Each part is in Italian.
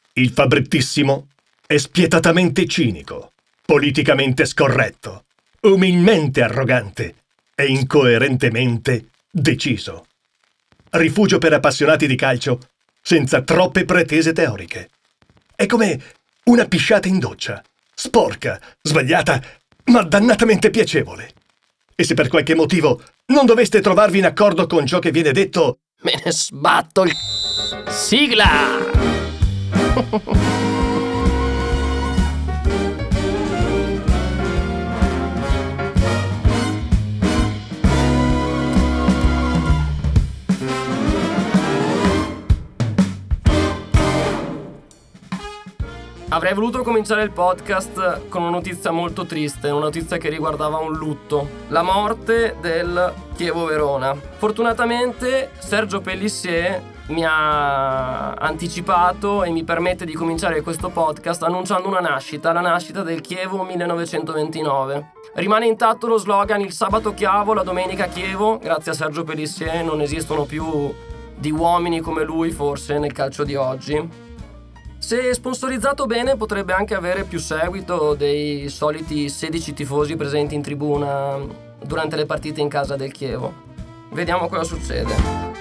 Il Fabrettissimo è spietatamente cinico, politicamente scorretto, umilmente arrogante e incoerentemente deciso. Rifugio per appassionati di calcio senza troppe pretese teoriche. È come una pisciata in doccia, sporca, sbagliata, ma dannatamente piacevole. E se per qualche motivo non doveste trovarvi in accordo con ciò che viene detto, me ne sbatto il... Sigla! Avrei voluto cominciare il podcast con una notizia molto triste, una notizia che riguardava un lutto, la morte del Chievo Verona. Fortunatamente Sergio Pellissier mi ha anticipato e mi permette di cominciare questo podcast annunciando una nascita, la nascita del Chievo 1929. Rimane intatto lo slogan "il sabato Chiavo, la domenica Chievo". Grazie a Sergio Pellissier non esistono più di uomini come lui forse nel calcio di oggi. Se sponsorizzato bene potrebbe anche avere più seguito dei soliti 16 tifosi presenti in tribuna durante le partite in casa del Chievo. Vediamo cosa succede.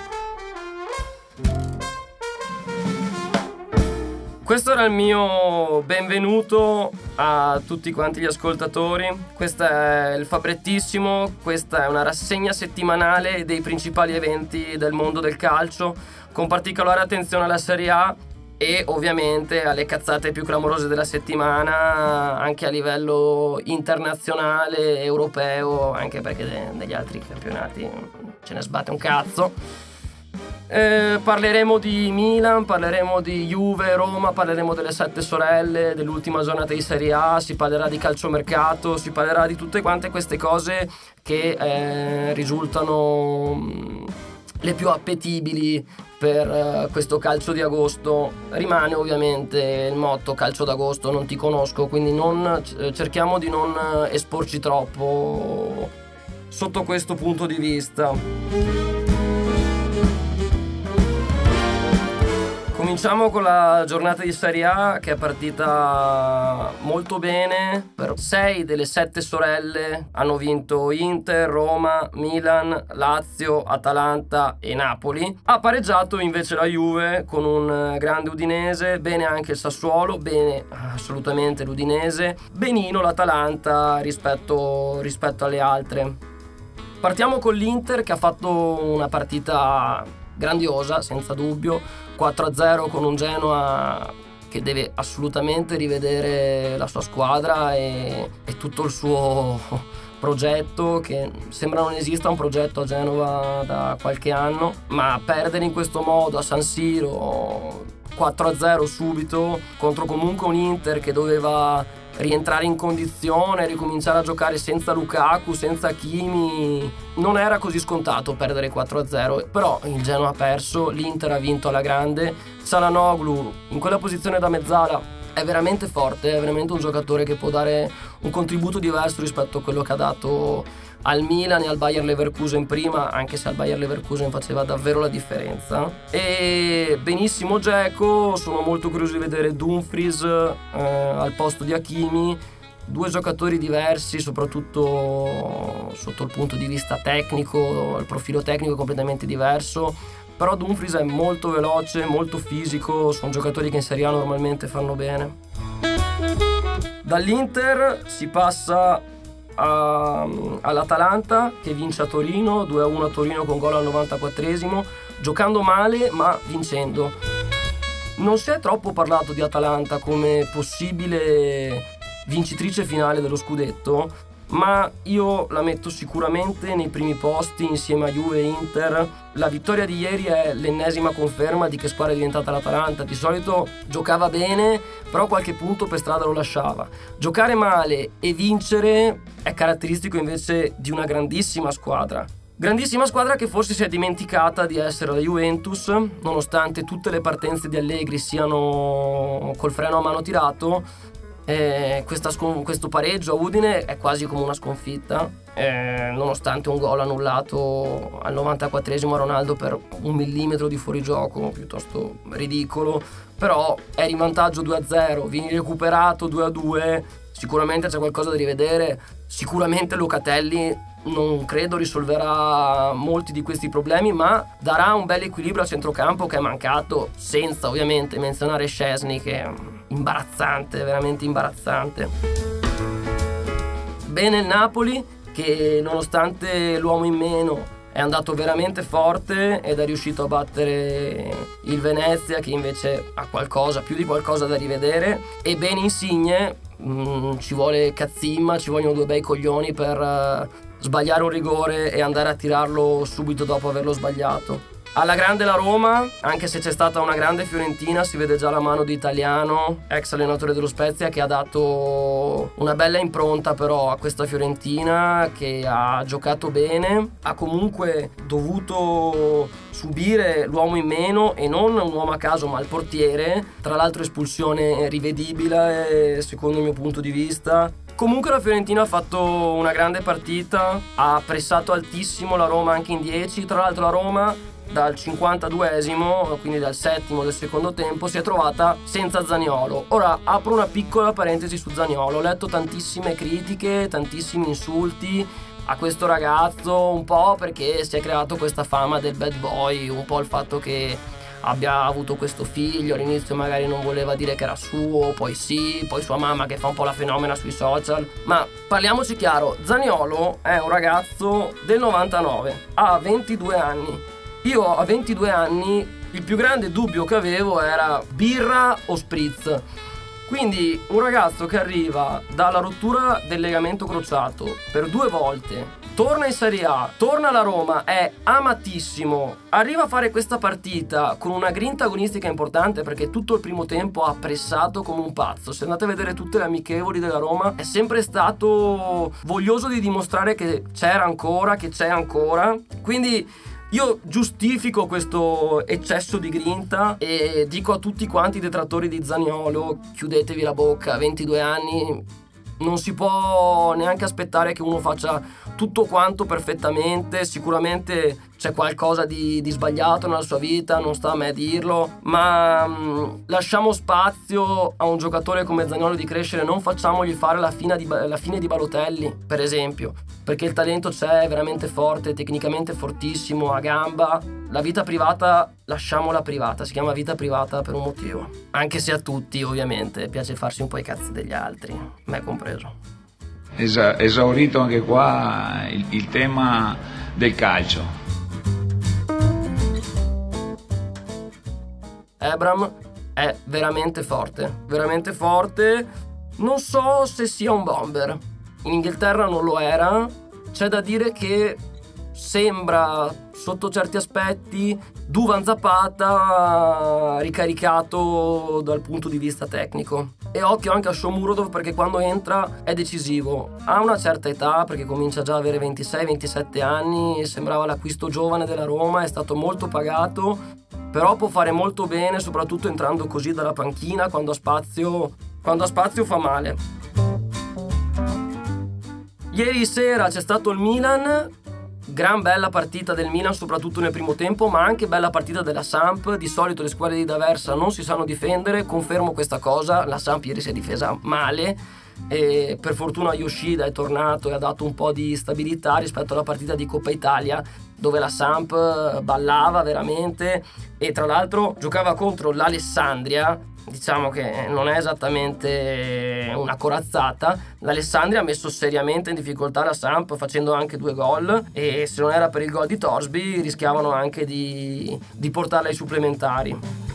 Questo era il mio benvenuto a tutti quanti gli ascoltatori. Questo è il Fabrettissimo, questa è una rassegna settimanale dei principali eventi del mondo del calcio, con particolare attenzione alla Serie A e ovviamente alle cazzate più clamorose della settimana, anche a livello internazionale, europeo, anche perché degli altri campionati ce ne sbatte un cazzo. Parleremo di Milan, parleremo di Juve, Roma, parleremo delle 7 sorelle, dell'ultima giornata di Serie A, si parlerà di calciomercato, si parlerà di tutte quante queste cose che risultano le più appetibili per questo calcio di agosto. Rimane ovviamente il motto calcio d'agosto, non ti conosco, quindi cerchiamo di non esporci troppo sotto questo punto di vista. Cominciamo con la giornata di Serie A che è partita molto bene. Per 6 delle 7 sorelle hanno vinto Inter, Roma, Milan, Lazio, Atalanta e Napoli. Ha pareggiato invece la Juve con un grande Udinese, bene anche il Sassuolo, bene assolutamente l'Udinese, benino l'Atalanta rispetto alle altre. Partiamo con l'Inter che ha fatto una partita grandiosa, senza dubbio, 4-0 con un Genoa che deve assolutamente rivedere la sua squadra e tutto il suo progetto, che sembra non esista un progetto a Genova da qualche anno, ma perdere in questo modo a San Siro 4-0 subito contro comunque un Inter che doveva rientrare in condizione, ricominciare a giocare senza Lukaku, senza Hakimi, non era così scontato perdere 4-0, però il Genoa ha perso, l'Inter ha vinto alla grande. Çalhanoğlu in quella posizione da mezzala è veramente forte, è veramente un giocatore che può dare un contributo diverso rispetto a quello che ha dato al Milan e al Bayer Leverkusen prima, anche se al Bayer Leverkusen faceva davvero la differenza. E benissimo Dzeko, sono molto curioso di vedere Dumfries al posto di Hakimi, due giocatori diversi soprattutto sotto il punto di vista tecnico, il profilo tecnico è completamente diverso, però Dumfries è molto veloce, molto fisico, sono giocatori che in Serie A normalmente fanno bene. Dall'Inter si passa all'Atalanta che vince a Torino 2-1 a Torino con gol al 94esimo, giocando male ma vincendo. Non si è troppo parlato di Atalanta come possibile vincitrice finale dello scudetto, ma io la metto sicuramente nei primi posti insieme a Juve e Inter. La vittoria di ieri è l'ennesima conferma di che squadra è diventata l'Atalanta. Di solito giocava bene, però qualche punto per strada lo lasciava. Giocare male e vincere è caratteristico invece di una grandissima squadra. Grandissima squadra che forse si è dimenticata di essere la Juventus, nonostante tutte le partenze di Allegri siano col freno a mano tirato. questo pareggio a Udine è quasi come una sconfitta, nonostante un gol annullato al 94esimo a Ronaldo per 1 millimetro di fuorigioco piuttosto ridicolo. Però eri in vantaggio 2-0, vieni recuperato 2-2, sicuramente c'è qualcosa da rivedere. Sicuramente Locatelli non credo risolverà molti di questi problemi, ma darà un bel equilibrio al centrocampo che è mancato, senza ovviamente menzionare Szczęsny, che è imbarazzante, veramente imbarazzante. Bene il Napoli, che nonostante l'uomo in meno è andato veramente forte ed è riuscito a battere il Venezia, che invece ha qualcosa, più di qualcosa da rivedere. E bene Insigne, ci vuole cazzimma, ci vogliono 2 bei coglioni per sbagliare un rigore e andare a tirarlo subito dopo averlo sbagliato. Alla grande la Roma, anche se c'è stata una grande Fiorentina, si vede già la mano di Italiano, ex allenatore dello Spezia, che ha dato una bella impronta però a questa Fiorentina, che ha giocato bene, ha comunque dovuto subire l'uomo in meno e non un uomo a caso ma il portiere, tra l'altro espulsione rivedibile secondo il mio punto di vista. Comunque la Fiorentina ha fatto una grande partita, ha pressato altissimo la Roma anche in 10, tra l'altro la Roma dal 52esimo, quindi dal settimo del secondo tempo, si è trovata senza Zaniolo. Ora apro una piccola parentesi su Zaniolo, ho letto tantissime critiche, tantissimi insulti a questo ragazzo, un po' perché si è creato questa fama del bad boy, un po' il fatto che abbia avuto questo figlio, all'inizio magari non voleva dire che era suo, poi sì, poi sua mamma che fa un po' la fenomena sui social. Ma parliamoci chiaro, Zaniolo è un ragazzo del 99, ha 22 anni. Io a 22 anni il più grande dubbio che avevo era birra o spritz. Quindi un ragazzo che arriva dalla rottura del legamento crociato per 2 volte, torna in Serie A, torna alla Roma, è amatissimo, arriva a fare questa partita con una grinta agonistica importante, perché tutto il primo tempo ha pressato come un pazzo. Se andate a vedere tutte le amichevoli della Roma, è sempre stato voglioso di dimostrare che c'era ancora, che c'è ancora. Quindi io giustifico questo eccesso di grinta e dico a tutti quanti i detrattori di Zaniolo: chiudetevi la bocca, a 22 anni non si può neanche aspettare che uno faccia tutto quanto perfettamente. Sicuramente c'è qualcosa di sbagliato nella sua vita, non sta a me a dirlo, ma lasciamo spazio a un giocatore come Zaniolo di crescere, non facciamogli fare la fine di Balotelli, per esempio, perché il talento c'è, è veramente forte, tecnicamente fortissimo, a gamba. La vita privata lasciamola privata, si chiama vita privata per un motivo, anche se a tutti ovviamente piace farsi un po' i cazzi degli altri, me compreso. Esaurito anche qua il tema del calcio. Ebram è veramente forte, veramente forte. Non so se sia un bomber. In Inghilterra non lo era. C'è da dire che sembra, sotto certi aspetti, Duvan Zapata ricaricato dal punto di vista tecnico. E occhio anche a Shomurodov, perché quando entra è decisivo. Ha una certa età, perché comincia già ad avere 26-27 anni, sembrava l'acquisto giovane della Roma, è stato molto pagato, però può fare molto bene, soprattutto entrando così dalla panchina, quando ha spazio fa male. Ieri sera c'è stato il Milan, gran bella partita del Milan soprattutto nel primo tempo, ma anche bella partita della Samp. Di solito le squadre di D'Aversa non si sanno difendere, confermo questa cosa, la Samp ieri si è difesa male e per fortuna Yoshida è tornato e ha dato un po' di stabilità rispetto alla partita di Coppa Italia, dove la Samp ballava veramente e tra l'altro giocava contro l'Alessandria. Diciamo che non è esattamente una corazzata. L'Alessandria ha messo seriamente in difficoltà la Samp facendo anche 2 gol, e se non era per il gol di Torsby rischiavano anche di portarla ai supplementari.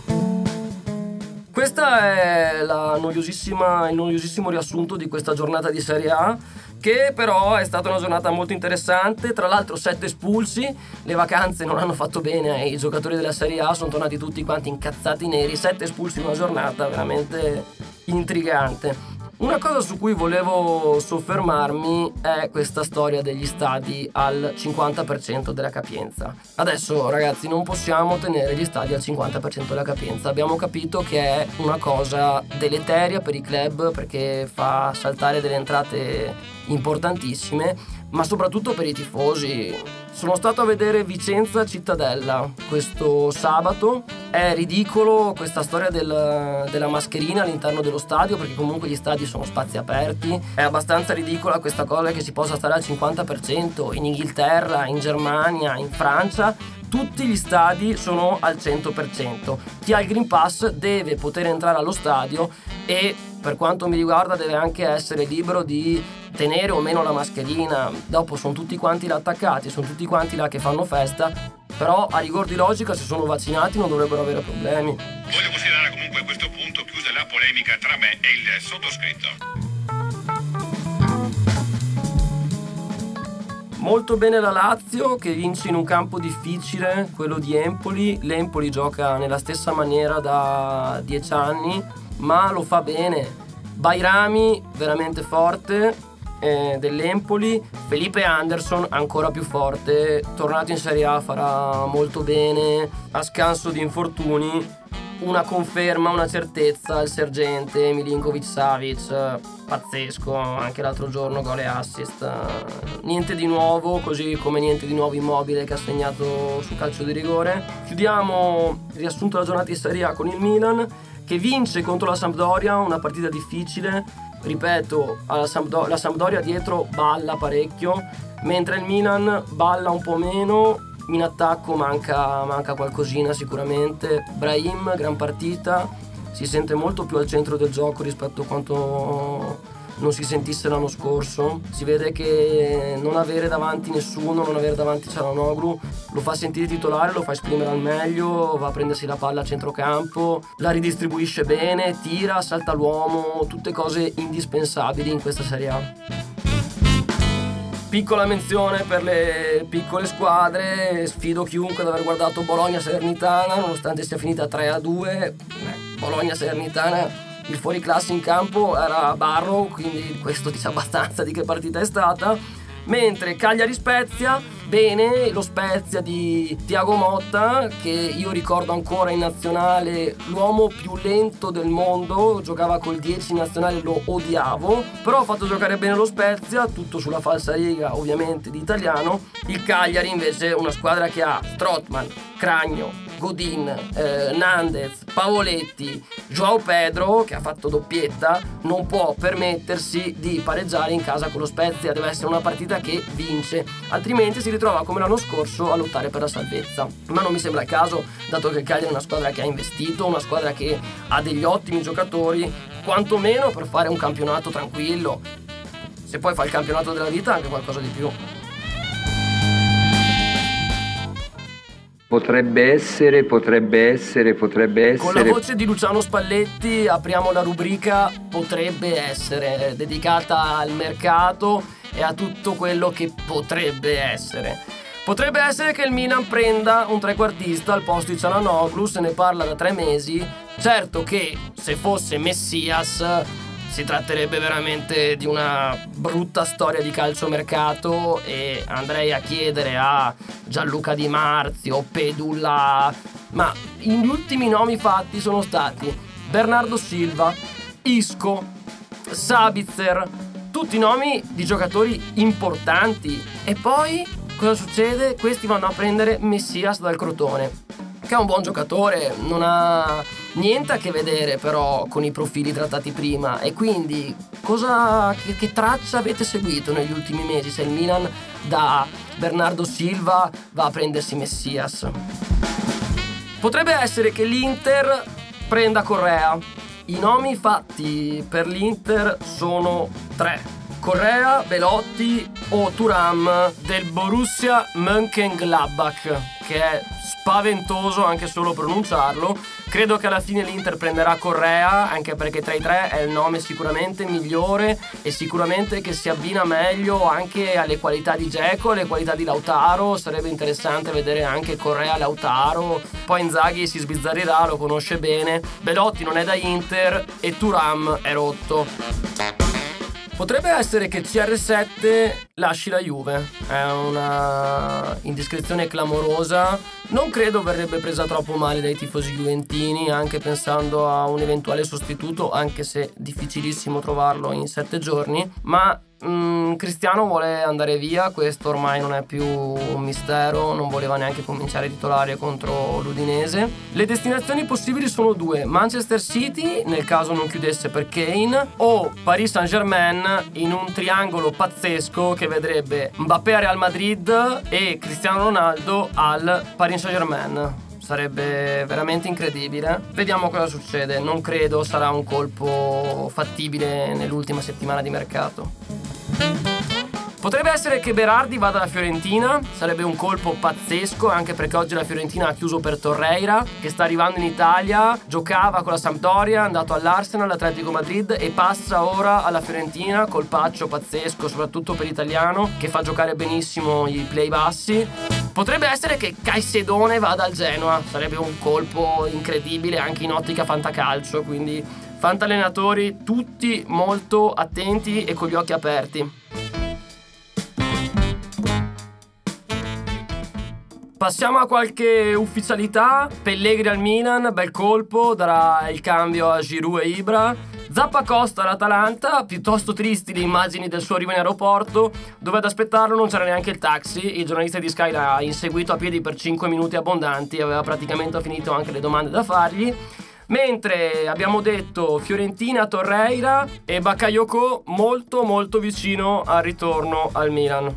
Questa è il noiosissimo riassunto di questa giornata di Serie A, che però è stata una giornata molto interessante. Tra l'altro 7 espulsi, le vacanze non hanno fatto bene ai giocatori della Serie A, sono tornati tutti quanti incazzati neri. 7 espulsi in una giornata veramente intrigante. Una cosa su cui volevo soffermarmi è questa storia degli stadi al 50% della capienza. Adesso ragazzi non possiamo tenere gli stadi al 50% della capienza, abbiamo capito che è una cosa deleteria per i club perché fa saltare delle entrate importantissime, ma soprattutto per i tifosi. Sono stato a vedere Vicenza Cittadella questo sabato. È ridicolo questa storia della mascherina all'interno dello stadio, perché comunque gli stadi sono spazi aperti. È abbastanza ridicola questa cosa che si possa stare al 50%. In Inghilterra, in Germania, in Francia tutti gli stadi sono al 100%. Chi ha il Green Pass deve poter entrare allo stadio e per quanto mi riguarda deve anche essere libero di tenere o meno la mascherina. Dopo sono tutti quanti là attaccati, sono tutti quanti là che fanno festa, però a rigor di logica se sono vaccinati non dovrebbero avere problemi. Voglio considerare comunque a questo punto chiusa la polemica tra me e il sottoscritto. Molto bene la Lazio che vince in un campo difficile, quello di Empoli. L'Empoli gioca nella stessa maniera da 10 anni, ma lo fa bene. Bairami veramente forte dell'Empoli, Felipe Anderson ancora più forte, tornato in Serie A farà molto bene a scanso di infortuni. Una conferma, una certezza, il sergente Milinkovic-Savic, pazzesco, anche l'altro giorno gol e assist, niente di nuovo, così come niente di nuovo Immobile che ha segnato su calcio di rigore. Chiudiamo il riassunto della giornata di Serie A con il Milan che vince contro la Sampdoria, una partita difficile, ripeto, la Sampdoria dietro balla parecchio, mentre il Milan balla un po' meno. In attacco manca qualcosina sicuramente. Brahim, gran partita, si sente molto più al centro del gioco rispetto a quanto non si sentisse l'anno scorso. Si vede che non avere davanti nessuno, non avere davanti Çalhanoğlu lo fa sentire titolare, lo fa esprimere al meglio, va a prendersi la palla a centrocampo, la ridistribuisce bene, tira, salta l'uomo, tutte cose indispensabili in questa Serie A. Piccola menzione per le piccole squadre, sfido chiunque ad aver guardato Bologna-Salernitana, nonostante sia finita 3-2. Bologna-Salernitana, il fuoriclasse in campo era Barrow, quindi questo dice abbastanza di che partita è stata. Mentre Cagliari-Spezia, bene, lo Spezia di Thiago Motta, che io ricordo ancora in nazionale l'uomo più lento del mondo, giocava col 10 in nazionale, lo odiavo, però ha fatto giocare bene lo Spezia, tutto sulla falsariga ovviamente di Italiano. Il Cagliari invece una squadra che ha Strootman, Cragno, Godin, Nandez, Pavoletti, João Pedro che ha fatto doppietta, non può permettersi di pareggiare in casa con lo Spezia, deve essere una partita che vince, altrimenti si ritrova come l'anno scorso a lottare per la salvezza. Ma non mi sembra il caso, dato che il Cagliari è una squadra che ha investito, una squadra che ha degli ottimi giocatori, quantomeno per fare un campionato tranquillo. Se poi fa il campionato della vita anche qualcosa di più. Potrebbe essere. Con la voce di Luciano Spalletti apriamo la rubrica Potrebbe essere, dedicata al mercato e a tutto quello che potrebbe essere. Potrebbe essere che il Milan prenda un trequartista al posto di Çalhanoğlu, se ne parla da 3 mesi. Certo che se fosse Messias si tratterebbe veramente di una brutta storia di calciomercato e andrei a chiedere a Gianluca Di Marzio, Pedulla, ma gli ultimi nomi fatti sono stati Bernardo Silva, Isco, Sabitzer, tutti nomi di giocatori importanti. E poi cosa succede? Questi vanno a prendere Messias dal Crotone, che è un buon giocatore, non ha niente a che vedere però con i profili trattati prima. E quindi che traccia avete seguito negli ultimi mesi se il Milan da Bernardo Silva va a prendersi Messias? Potrebbe essere che l'Inter prenda Correa. I nomi fatti per l'Inter sono 3: Correa, Belotti o Thuram del Borussia Mönchengladbach. che è spaventoso anche solo pronunciarlo. Credo che alla fine l'Inter prenderà Correa, anche perché tra i tre è il nome sicuramente migliore e sicuramente che si abbina meglio anche alle qualità di Dzeko, alle qualità di Lautaro. Sarebbe interessante vedere anche Correa Lautaro. Poi Inzaghi si sbizzarrirà, lo conosce bene. Belotti non è da Inter e Thuram è rotto. Potrebbe essere che CR7 lasci la Juve, è una indiscrezione clamorosa. Non credo verrebbe presa troppo male dai tifosi juventini, anche pensando a un eventuale sostituto, anche se difficilissimo trovarlo in 7 giorni. Ma Cristiano vuole andare via, questo ormai non è più un mistero, non voleva neanche cominciare titolare contro l'Udinese. Le destinazioni possibili sono due: Manchester City, nel caso non chiudesse per Kane, o Paris Saint-Germain, in un triangolo pazzesco che vedrebbe Mbappé a Real Madrid e Cristiano Ronaldo al Paris Saint-Germain. Sarebbe veramente incredibile. Vediamo cosa succede. Non credo sarà un colpo fattibile nell'ultima settimana di mercato. Potrebbe essere che Berardi vada alla Fiorentina, sarebbe un colpo pazzesco, anche perché oggi la Fiorentina ha chiuso per Torreira, che sta arrivando in Italia, giocava con la Sampdoria, è andato all'Arsenal, all'Atletico Madrid e passa ora alla Fiorentina, colpaccio pazzesco, soprattutto per l'italiano, che fa giocare benissimo i play bassi. Potrebbe essere che Caicedo vada al Genoa, sarebbe un colpo incredibile anche in ottica fantacalcio, quindi fantallenatori tutti molto attenti e con gli occhi aperti. Passiamo a qualche ufficialità. Pellegrini al Milan, bel colpo, darà il cambio a Giroud e Ibra. Zappacosta all'Atalanta, piuttosto tristi le immagini del suo arrivo in aeroporto, dove ad aspettarlo non c'era neanche il taxi. Il giornalista di Sky l'ha inseguito a piedi per 5 minuti abbondanti, aveva praticamente finito anche le domande da fargli. Mentre abbiamo detto Fiorentina, Torreira e Bakayoko molto molto vicino al ritorno al Milan.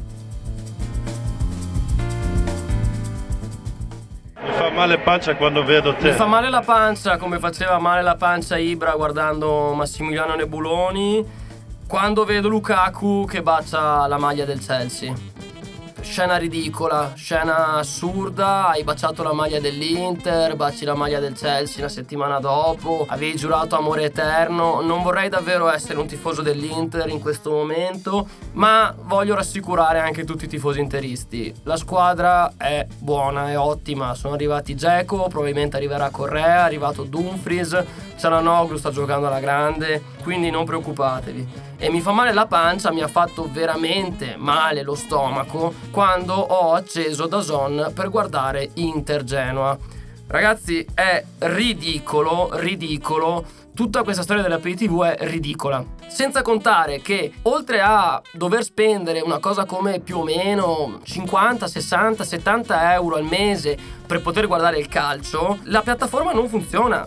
Mi fa male pancia quando vedo te. Mi fa male la pancia, come faceva male la pancia Ibra guardando Massimiliano Nebuloni, quando vedo Lukaku che bacia la maglia del Chelsea. Scena ridicola, scena assurda. Hai baciato la maglia dell'Inter, baci la maglia del Chelsea una settimana dopo, avevi giurato amore eterno. Non vorrei davvero essere un tifoso dell'Inter in questo momento, ma voglio rassicurare anche tutti i tifosi interisti. La squadra è buona, è ottima. Sono arrivati Dzeko, probabilmente arriverà Correa, è arrivato Dumfries, Çalhanoğlu sta giocando alla grande, quindi non preoccupatevi. E mi fa male la pancia, mi ha fatto veramente male lo stomaco quando ho acceso DAZN per guardare Inter Genoa. Ragazzi, è ridicolo. Tutta questa storia della Pay TV è ridicola. Senza contare che oltre a dover spendere una cosa come più o meno 50, 60, 70 euro al mese per poter guardare il calcio, la piattaforma non funziona.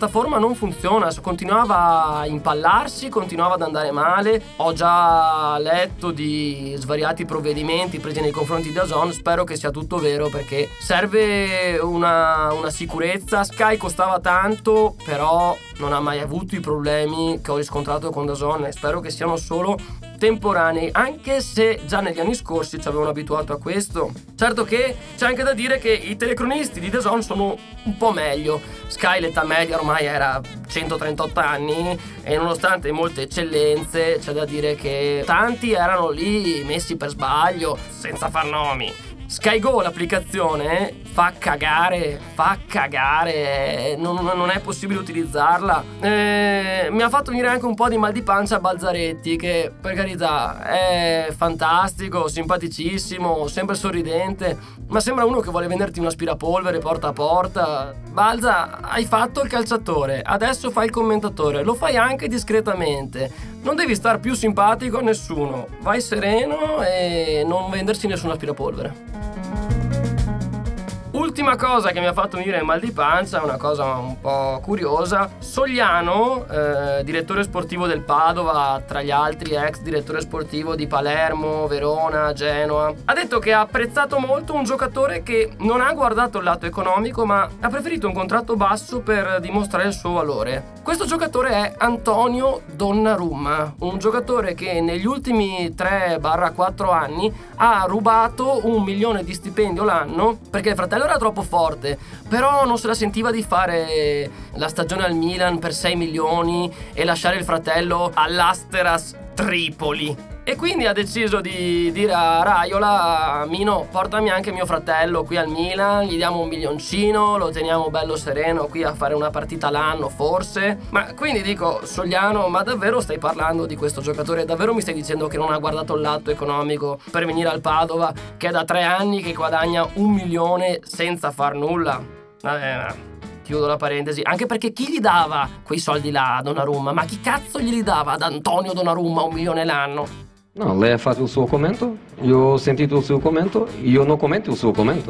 Continuava a impallarsi, continuava ad andare male. Ho già letto di svariati provvedimenti presi nei confronti di DAZN. Spero che sia tutto vero, perché serve una sicurezza. Sky costava tanto, però non ha mai avuto i problemi che ho riscontrato con DAZN e spero che siano solo temporanei, anche se già negli anni scorsi ci avevano abituato a questo. Certo che c'è anche da dire che i telecronisti di DAZN sono un po' meglio. Sky l'età media ormai era 138 anni e nonostante molte eccellenze c'è da dire che tanti erano lì messi per sbaglio, senza far nomi. Sky Go, l'applicazione, fa cagare, non è possibile utilizzarla. Mi ha fatto venire anche un po' di mal di pancia Balzaretti, che per carità è fantastico, simpaticissimo, sempre sorridente, ma sembra uno che vuole venderti un aspirapolvere porta a porta. Balza, hai fatto il calciatore, adesso fai il commentatore, lo fai anche discretamente, non devi star più simpatico a nessuno, vai sereno e non vendersi nessun aspirapolvere. L'ultima cosa che mi ha fatto venire il mal di pancia è una cosa un po' curiosa. Sogliano, direttore sportivo del Padova, tra gli altri ex direttore sportivo di Palermo, Verona, Genoa, ha detto che ha apprezzato molto un giocatore che non ha guardato il lato economico, ma ha preferito un contratto basso per dimostrare il suo valore. Questo giocatore è Antonio Donnarumma, un giocatore che negli ultimi 3-4 anni ha rubato 1 milione di stipendio l'anno perché il fratello era troppo forte, però non se la sentiva di fare la stagione al Milan per 6 milioni e lasciare il fratello all'Asteras Tripoli. E quindi ha deciso di dire a Raiola: Mino, portami anche mio fratello qui al Milan, gli diamo 1 milioncino, lo teniamo bello sereno qui a fare una partita l'anno forse. Ma quindi dico, Sogliano, ma davvero stai parlando di questo giocatore? Davvero mi stai dicendo che non ha guardato il lato economico per venire al Padova, che è da 3 anni che guadagna 1 milione senza far nulla? Chiudo la parentesi, anche perché chi gli dava quei soldi là a Donnarumma? Ma chi cazzo glieli dava ad Antonio Donnarumma 1 milione l'anno? No, lei ha fatto il suo commento, io ho sentito il suo commento, io non commento il suo commento.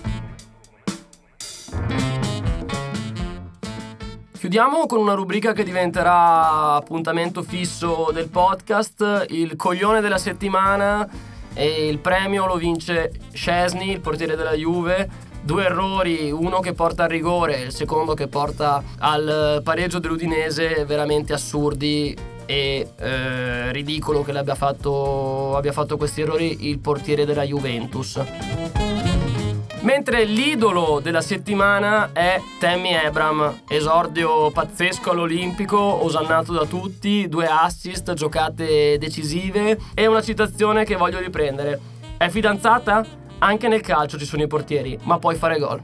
Chiudiamo con una rubrica che diventerà appuntamento fisso del podcast, il coglione della settimana, e il premio lo vince Szczesny, il portiere della Juve. 2 errori, uno che porta al rigore, il secondo che porta al pareggio dell'Udinese, veramente assurdi. E ridicolo che abbia fatto questi errori il portiere della Juventus. Mentre l'idolo della settimana è Tammy Abraham, esordio pazzesco all'Olimpico, osannato da tutti, 2 assist, giocate decisive, e una citazione che voglio riprendere: è fidanzata? Anche nel calcio ci sono i portieri, ma puoi fare gol.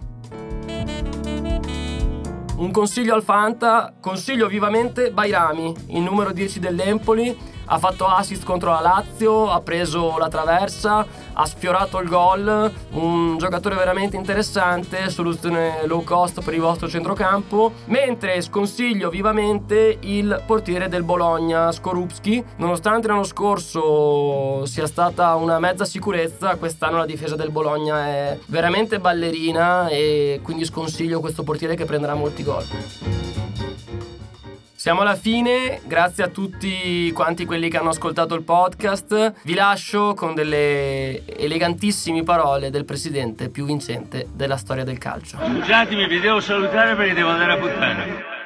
Un consiglio al Fanta: consiglio vivamente Bairami, il numero 10 dell'Empoli. Ha fatto assist contro la Lazio, ha preso la traversa, ha sfiorato il gol. Un giocatore veramente interessante, soluzione low cost per il vostro centrocampo. Mentre sconsiglio vivamente il portiere del Bologna, Skorupski. Nonostante l'anno scorso sia stata una mezza sicurezza, quest'anno la difesa del Bologna è veramente ballerina, e quindi sconsiglio questo portiere che prenderà molti gol. Siamo alla fine, grazie a tutti quanti quelli che hanno ascoltato il podcast. Vi lascio con delle elegantissime parole del presidente più vincente della storia del calcio. Scusatemi, vi devo salutare perché devo andare a puttana.